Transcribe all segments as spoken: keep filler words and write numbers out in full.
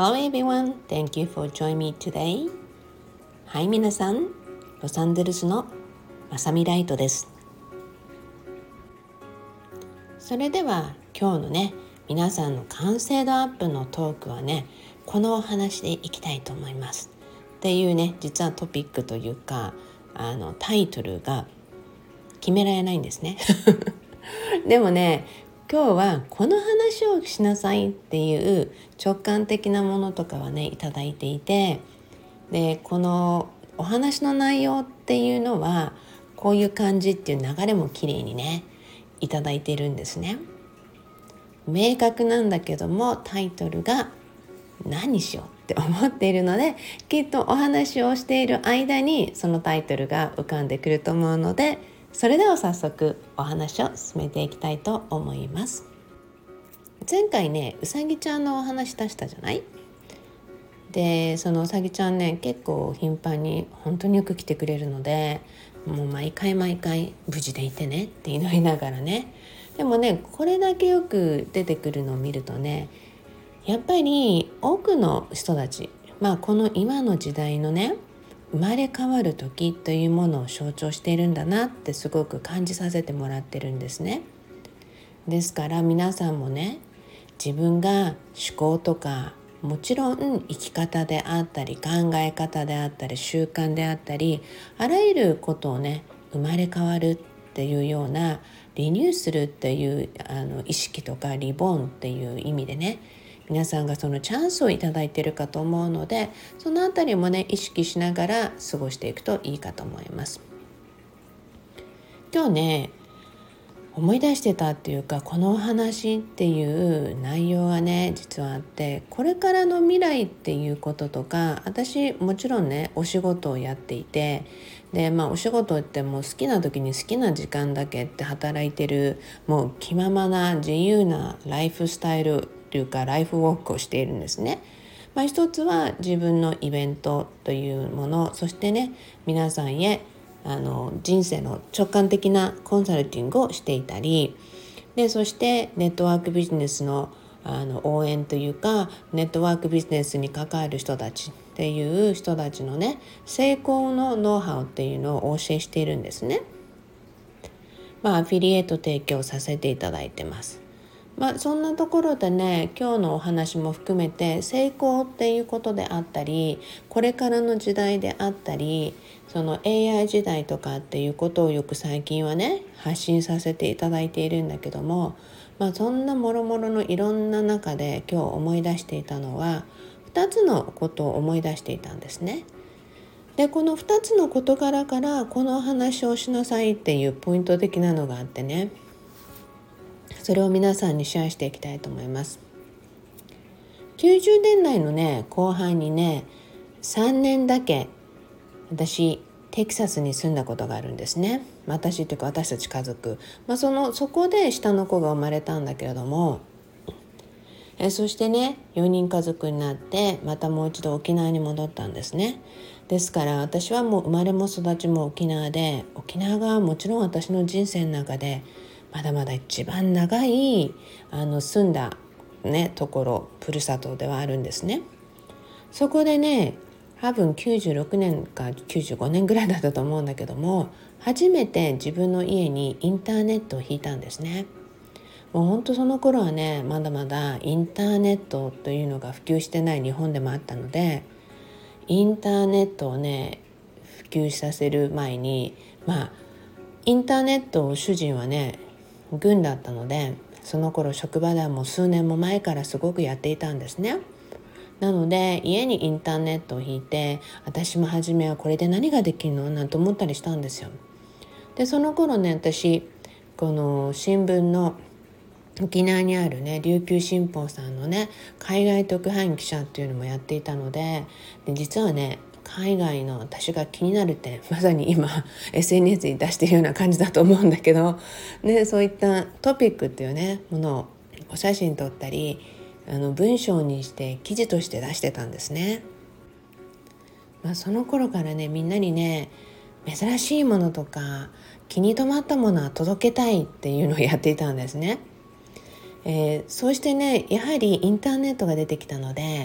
Hello everyone, thank you for joining me today. はい、皆さん、ロサンゼルスのまさみライトです。それでは今日のね、皆さんの完成度アップのトークはね、このお話でいきたいと思います。っていうね、実はトピックというか、あのタイトルが決められないんですね。でもね、今日はこの話をしなさいっていう直感的なものとかはねいただいていて、でこのお話の内容っていうのはこういう感じっていう流れも綺麗にねいただいているんですね。明確なんだけどもタイトルが何しようって思っているので、きっとお話をしている間にそのタイトルが浮かんでくると思うので、それでは早速お話を進めていきたいと思います。前回ねうさぎちゃんのお話出したじゃない。でそのうさぎちゃんね結構頻繁に本当によく来てくれるので、もう毎回毎回無事でいてねって祈りながらね、でもねこれだけよく出てくるのを見るとね、やっぱり多くの人たち、まあこの今の時代のね生まれ変わる時というものを象徴しているんだなってすごく感じさせてもらってるんですね。ですから皆さんもね、自分が思考とかもちろん生き方であったり考え方であったり習慣であったり、あらゆることをね生まれ変わるっていうようなリニューするっていうあの意識とかリボーンっていう意味でね、皆さんがそのチャンスをいただいているかと思うので、そのあたりもね意識しながら過ごしていくといいかと思います。今日ね思い出してたっていうか、このお話っていう内容がね実はあって、これからの未来っていうこととか、私もちろんねお仕事をやっていて、でまあお仕事ってもう好きな時に好きな時間だけって働いてる、もう気ままな自由なライフスタイルというかライフウォークをしているんですね。まあ、一つは自分のイベントというもの、そしてね皆さんへあの人生の直感的なコンサルティングをしていたりで、そしてネットワークビジネスの、あの応援というか、ネットワークビジネスに関わる人たちっていう人たちのね成功のノウハウっていうのをお教えしているんですね。まあアフィリエイト提供させていただいてます。まあ、そんなところでね今日のお話も含めて成功っていうことであったり、これからの時代であったり、その エーアイ 時代とかっていうことをよく最近はね発信させていただいているんだけども、まあ、そんなもろもろのいろんな中で今日思い出していたのはふたつのことを思い出していたんですね。でこのふたつの事柄からこの話をしなさいっていうポイント的なのがあってね、それを皆さんにシェアしていきたいと思います。きゅうじゅうねんだいのね後半にねさんねんだけ私テキサスに住んだことがあるんですね。私というか私たち家族、まあ、そのそこで下の子が生まれたんだけれども、えそしてねよにん家族になってまたもう一度沖縄に戻ったんですね。ですから私はもう生まれも育ちも沖縄で、沖縄がもちろん私の人生の中でまだまだ一番長いあの住んだ、ね、ところふるさとではあるんですね。そこでね多分きゅうじゅうろくねんかきゅうじゅうごねんぐらいだったと思うんだけども、初めて自分の家にインターネットを引いたんですね。もう本当その頃はねまだまだインターネットというのが普及してない日本でもあったので、インターネットをね普及させる前に、まあインターネットを主人はね軍だったので、その頃職場ではもう数年も前からすごくやっていたんですね。なので家にインターネットを引いて、私も初めはこれで何ができるのなんて思ったりしたんですよ。でその頃ね私この新聞の沖縄にあるね琉球新報さんのね海外特派員記者っていうのもやっていたので、で実はね海外の私が気になるってまさに今 エスエヌエス に出しているような感じだと思うんだけど、ね、そういったトピックっていうねものをお写真撮ったりあの文章にして記事として出してたんですね。まあ、その頃からねみんなにね珍しいものとか気に留まったものは届けたいっていうのをやっていたんですね。えー、そうしてねやはりインターネットが出てきたので、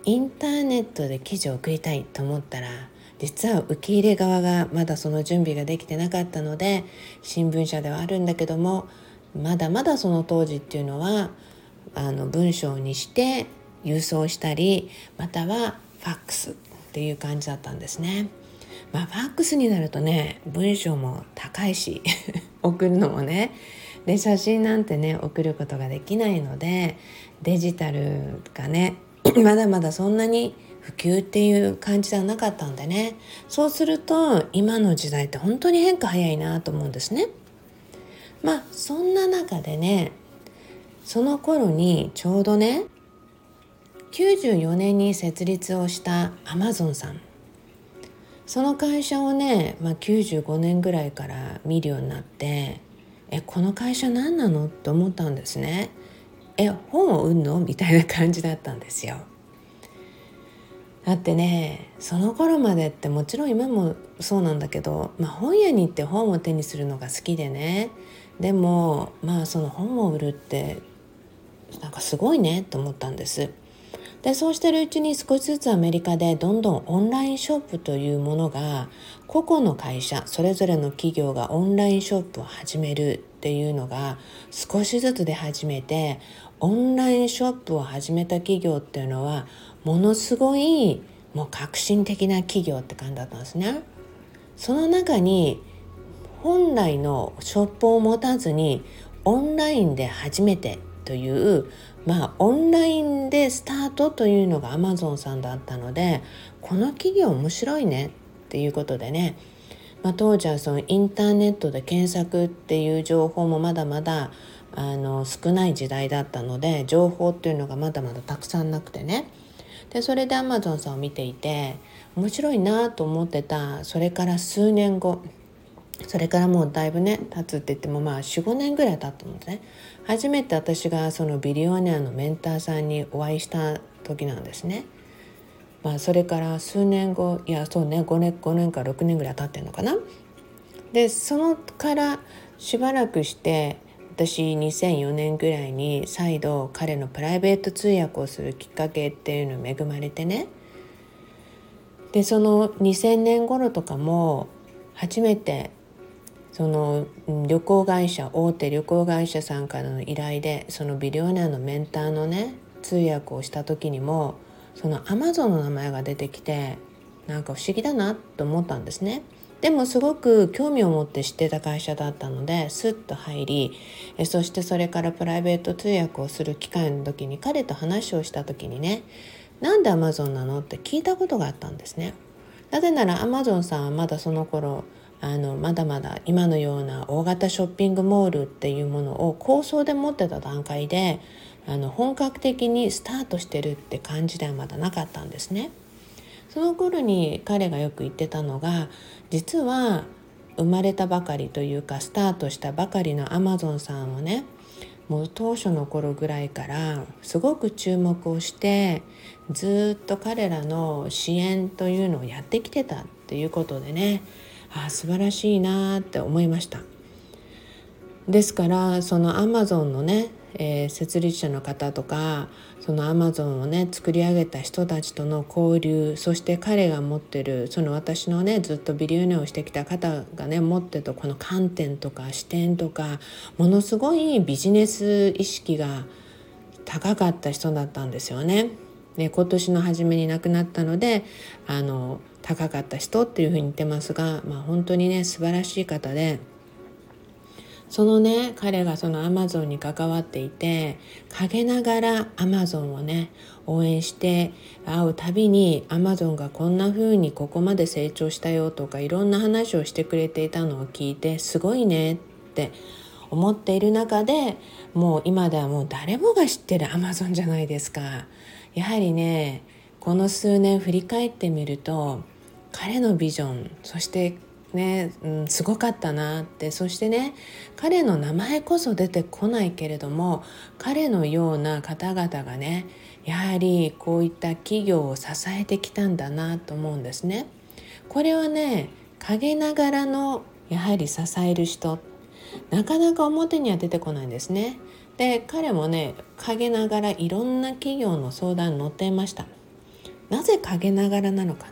インターネットで記事を送りたいと思ったら、実は受け入れ側がまだその準備ができてなかったので、新聞社ではあるんだけども、まだまだその当時っていうのはあの文章にして郵送したり、またはファックスっていう感じだったんですね。まあファックスになるとね、文章も高いし送るのもね、で写真なんてね送ることができないので、デジタルがねまだまだそんなに普及っていう感じではなかったんでね、そうすると今の時代って本当に変化早いなと思うんですね。まあそんな中でね、その頃にちょうどねきゅうじゅうよねんに設立をしたアマゾンさん、その会社をね、まあ、きゅうじゅうごねんぐらいから見るようになって、えこの会社何なのって思ったんですね。え本を売んのみたいな感じだったんですよ。だってね、その頃までってもちろん今もそうなんだけど、まあ、本屋に行って本を手にするのが好きでね、でもまあその本を売るってなんかすごいねと思ったんです。でそうしてるうちに少しずつアメリカでどんどんオンラインショップというものが、個々の会社それぞれの企業がオンラインショップを始めるっていうのが少しずつ出始めて、オンラインショップを始めた企業っていうのはものすごいもう革新的な企業って感じだったんですね。その中に本来のショップを持たずにオンラインで初めてという、まあオンラインでスタートというのがアマゾンさんだったので、この企業面白いねっていうことでね、まあ、当時はそのインターネットで検索っていう情報もまだまだあの少ない時代だったので、情報っていうのがまだまだたくさんなくてね、でそれでアマゾンさんを見ていて面白いなと思ってた。それから数年後、それからもうだいぶね経つって言ってもまあ よん,ご 年ぐらい経ったのでね、初めて私がそのビリオネアのメンターさんにお会いした時なんですね。まあそれから数年後、いやそうね5年5年かろくねんぐらい経ってんのかな。でそのからしばらくして私にせんよねんぐらいに再度彼のプライベート通訳をするきっかけっていうのに恵まれてね、でそのにせんねん頃とかも初めてその旅行会社大手旅行会社さんからの依頼でそのビリオネアのメンターのね通訳をした時にもそのアマゾンの名前が出てきて、なんか不思議だなと思ったんですね。でもすごく興味を持って知ってた会社だったのでスッと入り、えそしてそれからプライベート通訳をする機会の時に彼と話をした時にね、なんでアマゾンなのって聞いたことがあったんですね。なぜならアマゾンさんはまだその頃あのまだまだ今のような大型ショッピングモールっていうものを構想で持ってた段階で、あの本格的にスタートしてるって感じではまだなかったんですね。その頃に彼がよく言ってたのが、実は生まれたばかりというかスタートしたばかりのアマゾンさんをね、もう当初の頃ぐらいからすごく注目をしてずっと彼らの支援というのをやってきてたっていうことでね、あ素晴らしいなって思いました。ですからそのアマゾンのね、えー、設立者の方とかそのアマゾンをね作り上げた人たちとの交流、そして彼が持ってるその私のねずっとビリオネアをしてきた方がね持ってたこの観点とか視点とか、ものすごいビジネス意識が高かった人だったんですよね。で今年の初めに亡くなったのであの高かった人っていうふうに言ってますが、まあ、本当にね素晴らしい方で、そのね彼がそのアマゾンに関わっていて陰ながらアマゾンをね応援して会うたびにアマゾンがこんな風にここまで成長したよとかいろんな話をしてくれていたのを聞いて、すごいねって思っている中で、もう今ではもう誰もが知ってるアマゾンじゃないですか。やはりねこの数年振り返ってみると彼のビジョン、そしてね、うん、すごかったなって。そしてね彼の名前こそ出てこないけれども彼のような方々がねやはりこういった企業を支えてきたんだなと思うんですね。これはね陰ながらのやはり支える人、なかなか表には出てこないんですね。で彼もね陰ながらいろんな企業の相談に乗っていました。 なぜ陰ながらなのかって。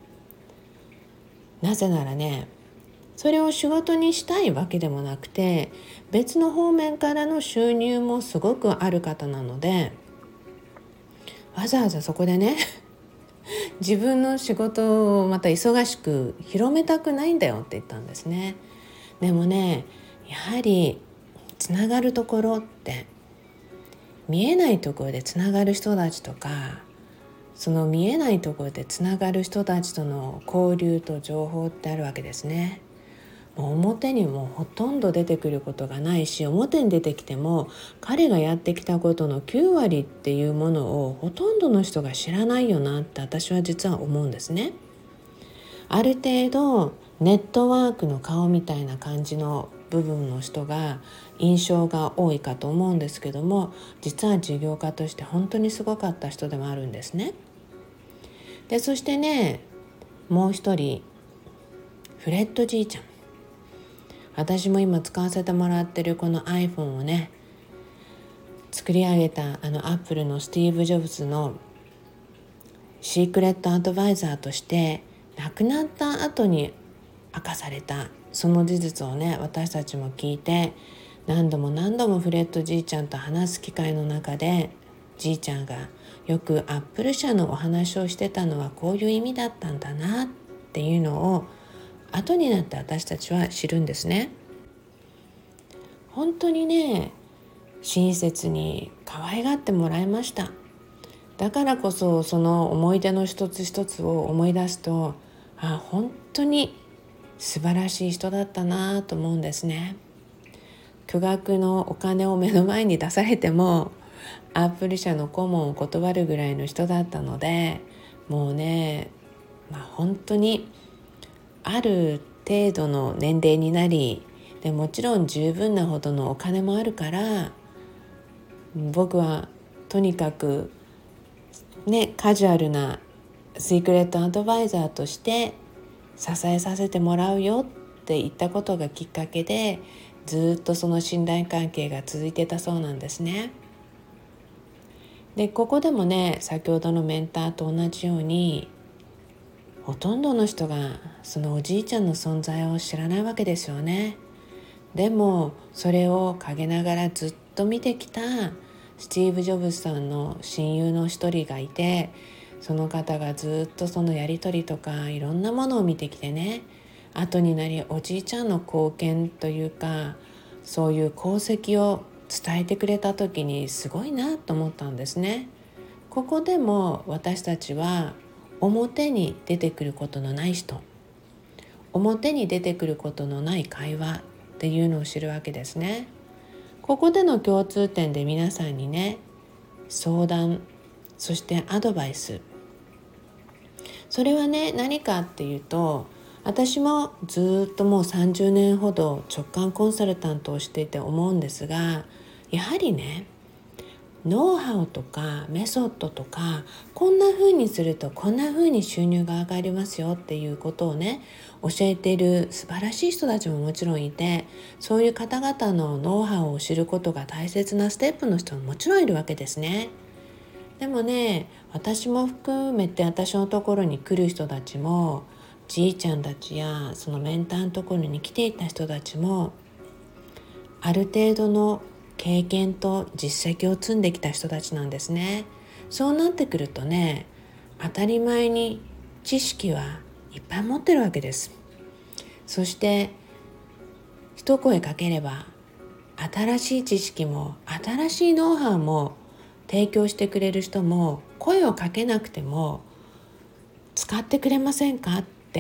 なぜならね、それを仕事にしたいわけでもなくて、別の方面からの収入もすごくある方なので、わざわざそこでね自分の仕事をまた忙しく広めたくないんだよって言ったんですね。でもね、やはりつながるところって、見えないところでつながる人たちとか、その見えないところでつながる人たちとの交流と情報ってあるわけですね。もう表にもほとんど出てくることがないし、表に出てきても彼がやってきたことのきゅうわりっていうものをほとんどの人が知らないよなって私は実は思うんですね。ある程度ネットワークの顔みたいな感じの部分の人が印象が多いかと思うんですけども、実は事業家として本当にすごかった人でもあるんですね。でそしてね、もう一人、フレッドじいちゃん、私も今使わせてもらってるこの iPhone をね作り上げたあのアップルのスティーブ・ジョブズのシークレットアドバイザーとして亡くなった後に明かされたその事実をね、私たちも聞いて、何度も何度もフレッドじいちゃんと話す機会の中で、じいちゃんがよくアップル社のお話をしてたのはこういう意味だったんだなっていうのを後になって私たちは知るんですね。本当にね、親切に可愛がってもらいました。だからこそその思い出の一つ一つを思い出すと、あ、本当に素晴らしい人だったなと思うんですね。巨額のお金を目の前に出されてもアップル社の顧問を断るぐらいの人だったので、もうね、まあ、本当にある程度の年齢になり、でもちろん十分なほどのお金もあるから、僕はとにかくね、カジュアルなシークレットアドバイザーとして支えさせてもらうよって言ったことがきっかけで、ずっとその信頼関係が続いてたそうなんですね。でここでもね、先ほどのメンターと同じように、ほとんどの人がそのおじいちゃんの存在を知らないわけですよね。でもそれを陰ながらずっと見てきたスティーブ・ジョブズさんの親友の一人がいて、その方がずっとそのやり取りとかいろんなものを見てきてね、後になりおじいちゃんの貢献というか、そういう功績を伝えてくれた時にすごいなと思ったんですね。ここでも私たちは表に出てくることのない人、表に出てくることのない会話っていうのを知るわけですね。ここでの共通点で皆さんにね、相談、そしてアドバイス、それはね、何かっていうと、私もずっともうさんじゅうねんほど直感コンサルタントをしていて思うんですが、やはりね、ノウハウとかメソッドとか、こんな風にするとこんな風に収入が上がりますよっていうことをね、教えている素晴らしい人たちももちろんいて、そういう方々のノウハウを知ることが大切なステップの人ももちろんいるわけですね。でもね、私も含めて私のところに来る人たちも、じいちゃんたちやそのメンターのところに来ていた人たちも、ある程度の経験と実績を積んできた人たちなんですね。そうなってくるとね、当たり前に知識はいっぱい持ってるわけです。そして一声かければ、新しい知識も新しいノウハウも提供してくれる人も、声をかけなくても使ってくれませんかって、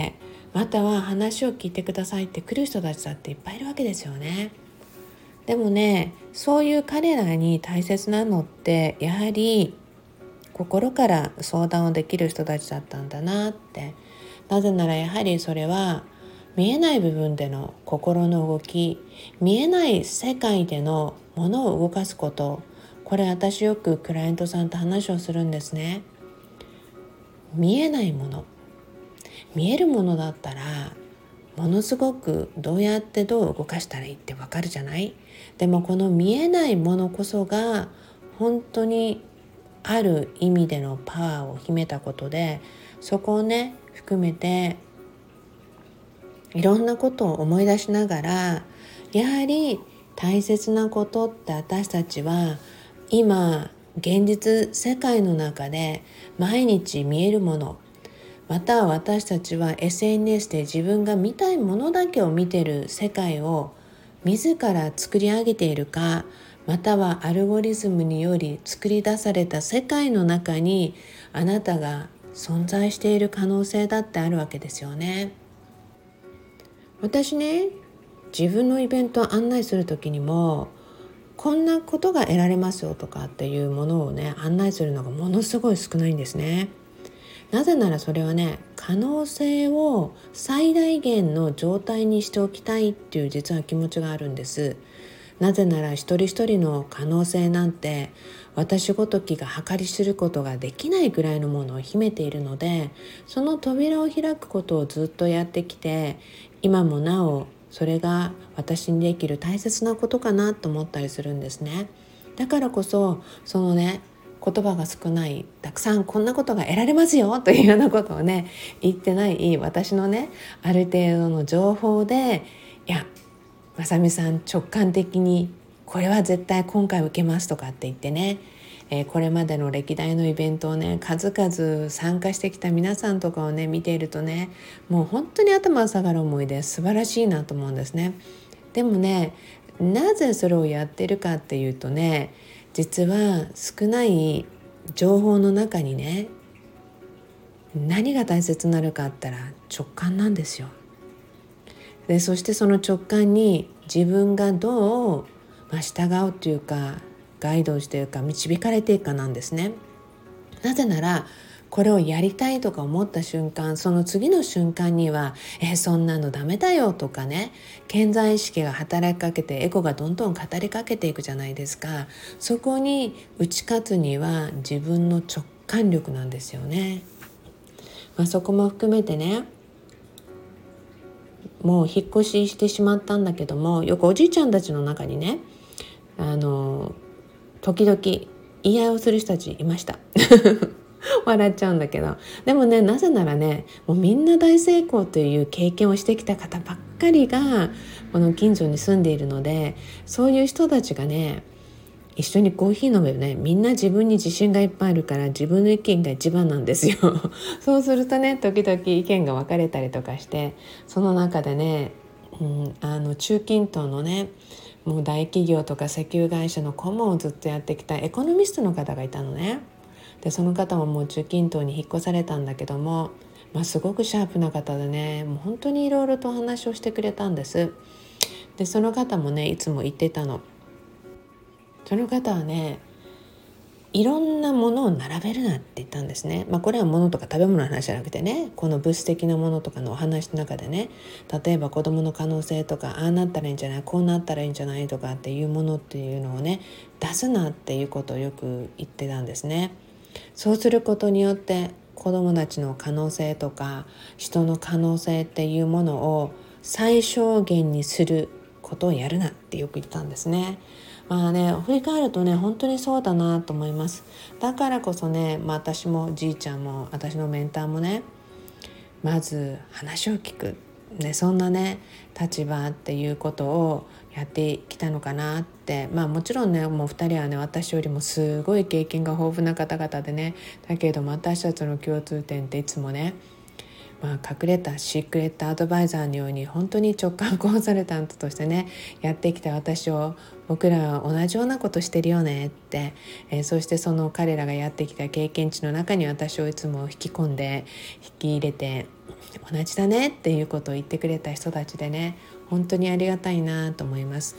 または話を聞いてくださいって来る人たちだっていっぱいいるわけですよね。でもね、そういう彼らに大切なのって、やはり心から相談をできる人たちだったんだなって。なぜならやはりそれは見えない部分での心の動き、見えない世界でのものを動かすこと、これ私よくクライアントさんと話をするんですね。見えないもの、見えるものだったらものすごくどうやってどう動かしたらいいってわかるじゃない。でもこの見えないものこそが本当にある意味でのパワーを秘めたことで、そこをね含めていろんなことを思い出しながら、やはり大切なことって私たちは今現実世界の中で毎日見えるもの、または私たちは エスエヌエス で自分が見たいものだけを見ている世界を自ら作り上げているか、またはアルゴリズムにより作り出された世界の中にあなたが存在している可能性だってあるわけですよね。私ね、自分のイベントを案内するときにも、こんなことが得られますよとかっていうものをね案内するのがものすごい少ないんですね。なぜならそれはね、可能性を最大限の状態にしておきたいっていう実は気持ちがあるんです。なぜなら一人一人の可能性なんて私ごときが計り知ることができないぐらいのものを秘めているので、その扉を開くことをずっとやってきて、今もなおそれが私にできる大切なことかなと思ったりするんですね。だからこそそのね言葉が少ない、たくさんこんなことが得られますよというようなことをね言ってない私のねある程度の情報で、いやまさみさん直感的にこれは絶対今回受けますとかって言ってね、えー、これまでの歴代のイベントをね数々参加してきた皆さんとかをね見ているとね、もう本当に頭が下がる思いで素晴らしいなと思うんですね。でもね、なぜそれをやってるかっていうとね、実は少ない情報の中にね何が大切になるかって言ったら直感なんですよ。でそしてその直感に自分がどう、まあ、従うというかガイドしているか導かれていくかなんですね。なぜならこれをやりたいとか思った瞬間、その次の瞬間にはえー、そんなのダメだよとかね、潜在意識が働きかけてエゴがどんどん語りかけていくじゃないですか。そこに打ち勝つには自分の直感力なんですよね。まあ、そこも含めてね、もう引っ越ししてしまったんだけども、よくおじいちゃんたちの中にね、あの時々言い合いをする人たちいました笑っちゃうんだけど、でもね、なぜならね、もうみんな大成功という経験をしてきた方ばっかりがこの近所に住んでいるので、そういう人たちがね一緒にコーヒー飲めるね、みんな自分に自信がいっぱいあるから自分の意見が一番なんですよそうするとね、時々意見が分かれたりとかして、その中でね、うん、あの中近東のねもう大企業とか石油会社の顧問をずっとやってきたエコノミストの方がいたのね。でその方ももう中近東に引っ越されたんだけども、まあ、すごくシャープな方でね、もう本当にいろいろとお話をしてくれたんです。でその方もねいつも言ってたの。その方はね、いろんなものを並べるなって言ったんですね。まあ、これは物とか食べ物の話じゃなくてね、この物質的なものとかのお話の中でね、例えば子どもの可能性とか、ああなったらいいんじゃない、こうなったらいいんじゃないとかっていうものっていうのをね出すなっていうことをよく言ってたんですね。そうすることによって子どもたちの可能性とか人の可能性っていうものを最小限にすることをやるなってよく言ったんですね。まあね、振り返るとね本当にそうだなと思います。だからこそね、まあ、私もじいちゃんも私のメンターもね、まず話を聞く、ね、そんなね立場っていうことをやってきたのかなって。まあもちろんね、もうふたりはね私よりもすごい経験が豊富な方々でね、だけれども私たちの共通点っていつもね、まあ、隠れたシークレットアドバイザーのように本当に直感コンサルタントとしてねやってきた私を、僕らは同じようなことしてるよねって、えー、そしてその彼らがやってきた経験値の中に私をいつも引き込んで引き入れて、同じだねっていうことを言ってくれた人たちでね、本当にありがたいなと思います。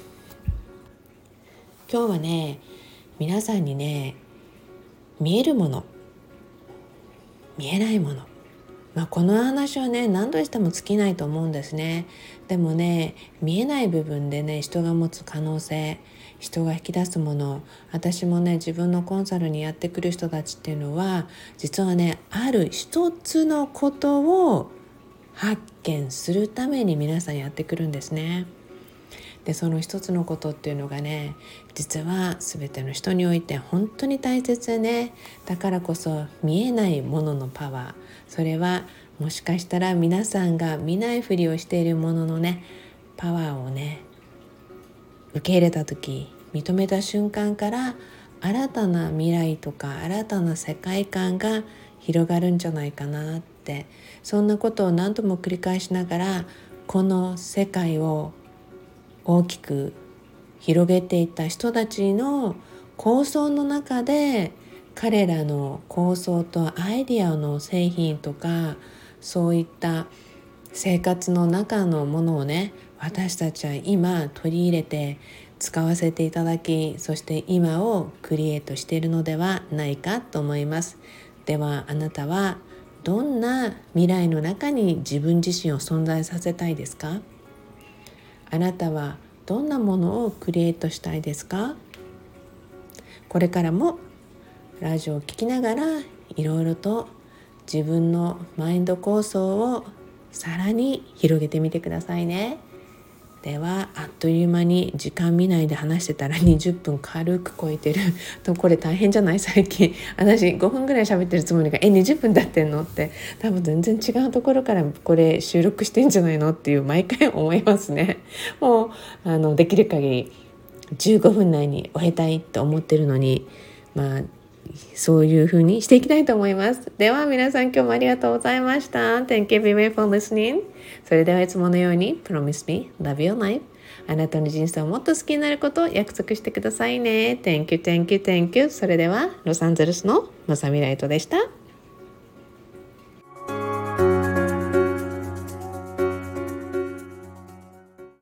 今日はね、皆さんにね、見えるもの、見えないもの、まあ、この話はね何度しても尽きないと思うんですね。でもね、見えない部分でね人が持つ可能性、人が引き出すもの、私もね自分のコンサルにやってくる人たちっていうのは実はね、ある一つのことを発見するために皆さんやってくるんですね。 でその一つのことっていうのがね、実は全ての人において本当に大切でね、だからこそ見えないもののパワー、それはもしかしたら皆さんが見ないふりをしているもののねパワーをね受け入れた時、認めた瞬間から新たな未来とか新たな世界観が広がるんじゃないかなって、そんなことを何度も繰り返しながらこの世界を大きく広げていった人たちの構想の中で、彼らの構想とアイディアの製品とかそういった生活の中のものをね、私たちは今取り入れて使わせていただき、そして今をクリエイトしているのではないかと思います。ではあなたはどんな未来の中に自分自身を存在させたいですか？あなたはどんなものをクリエイトしたいですか？これからもラジオを聞きながらいろいろと自分のマインド構想をさらに広げてみてくださいね。ではあっという間に時間見ないで話してたらにじゅっぷん軽く超えてると、これ大変じゃない？最近私ごふんぐらい喋ってるつもりがえにじゅっぷん経ってんのって、多分全然違うところからこれ収録してんじゃないのっていう毎回思いますね。もうあのできる限りじゅうごふん内に終えたいと思ってるのに、まあそういう風にしていきたいと思います。では皆さん今日もありがとうございました。 Thank you very much for listening。 それではいつものように Promise me, love your life。 あなたの人生をもっと好きになることを約束してくださいね。 Thank you, thank you, thank you。 それではロサンゼルスのまさみライトでした。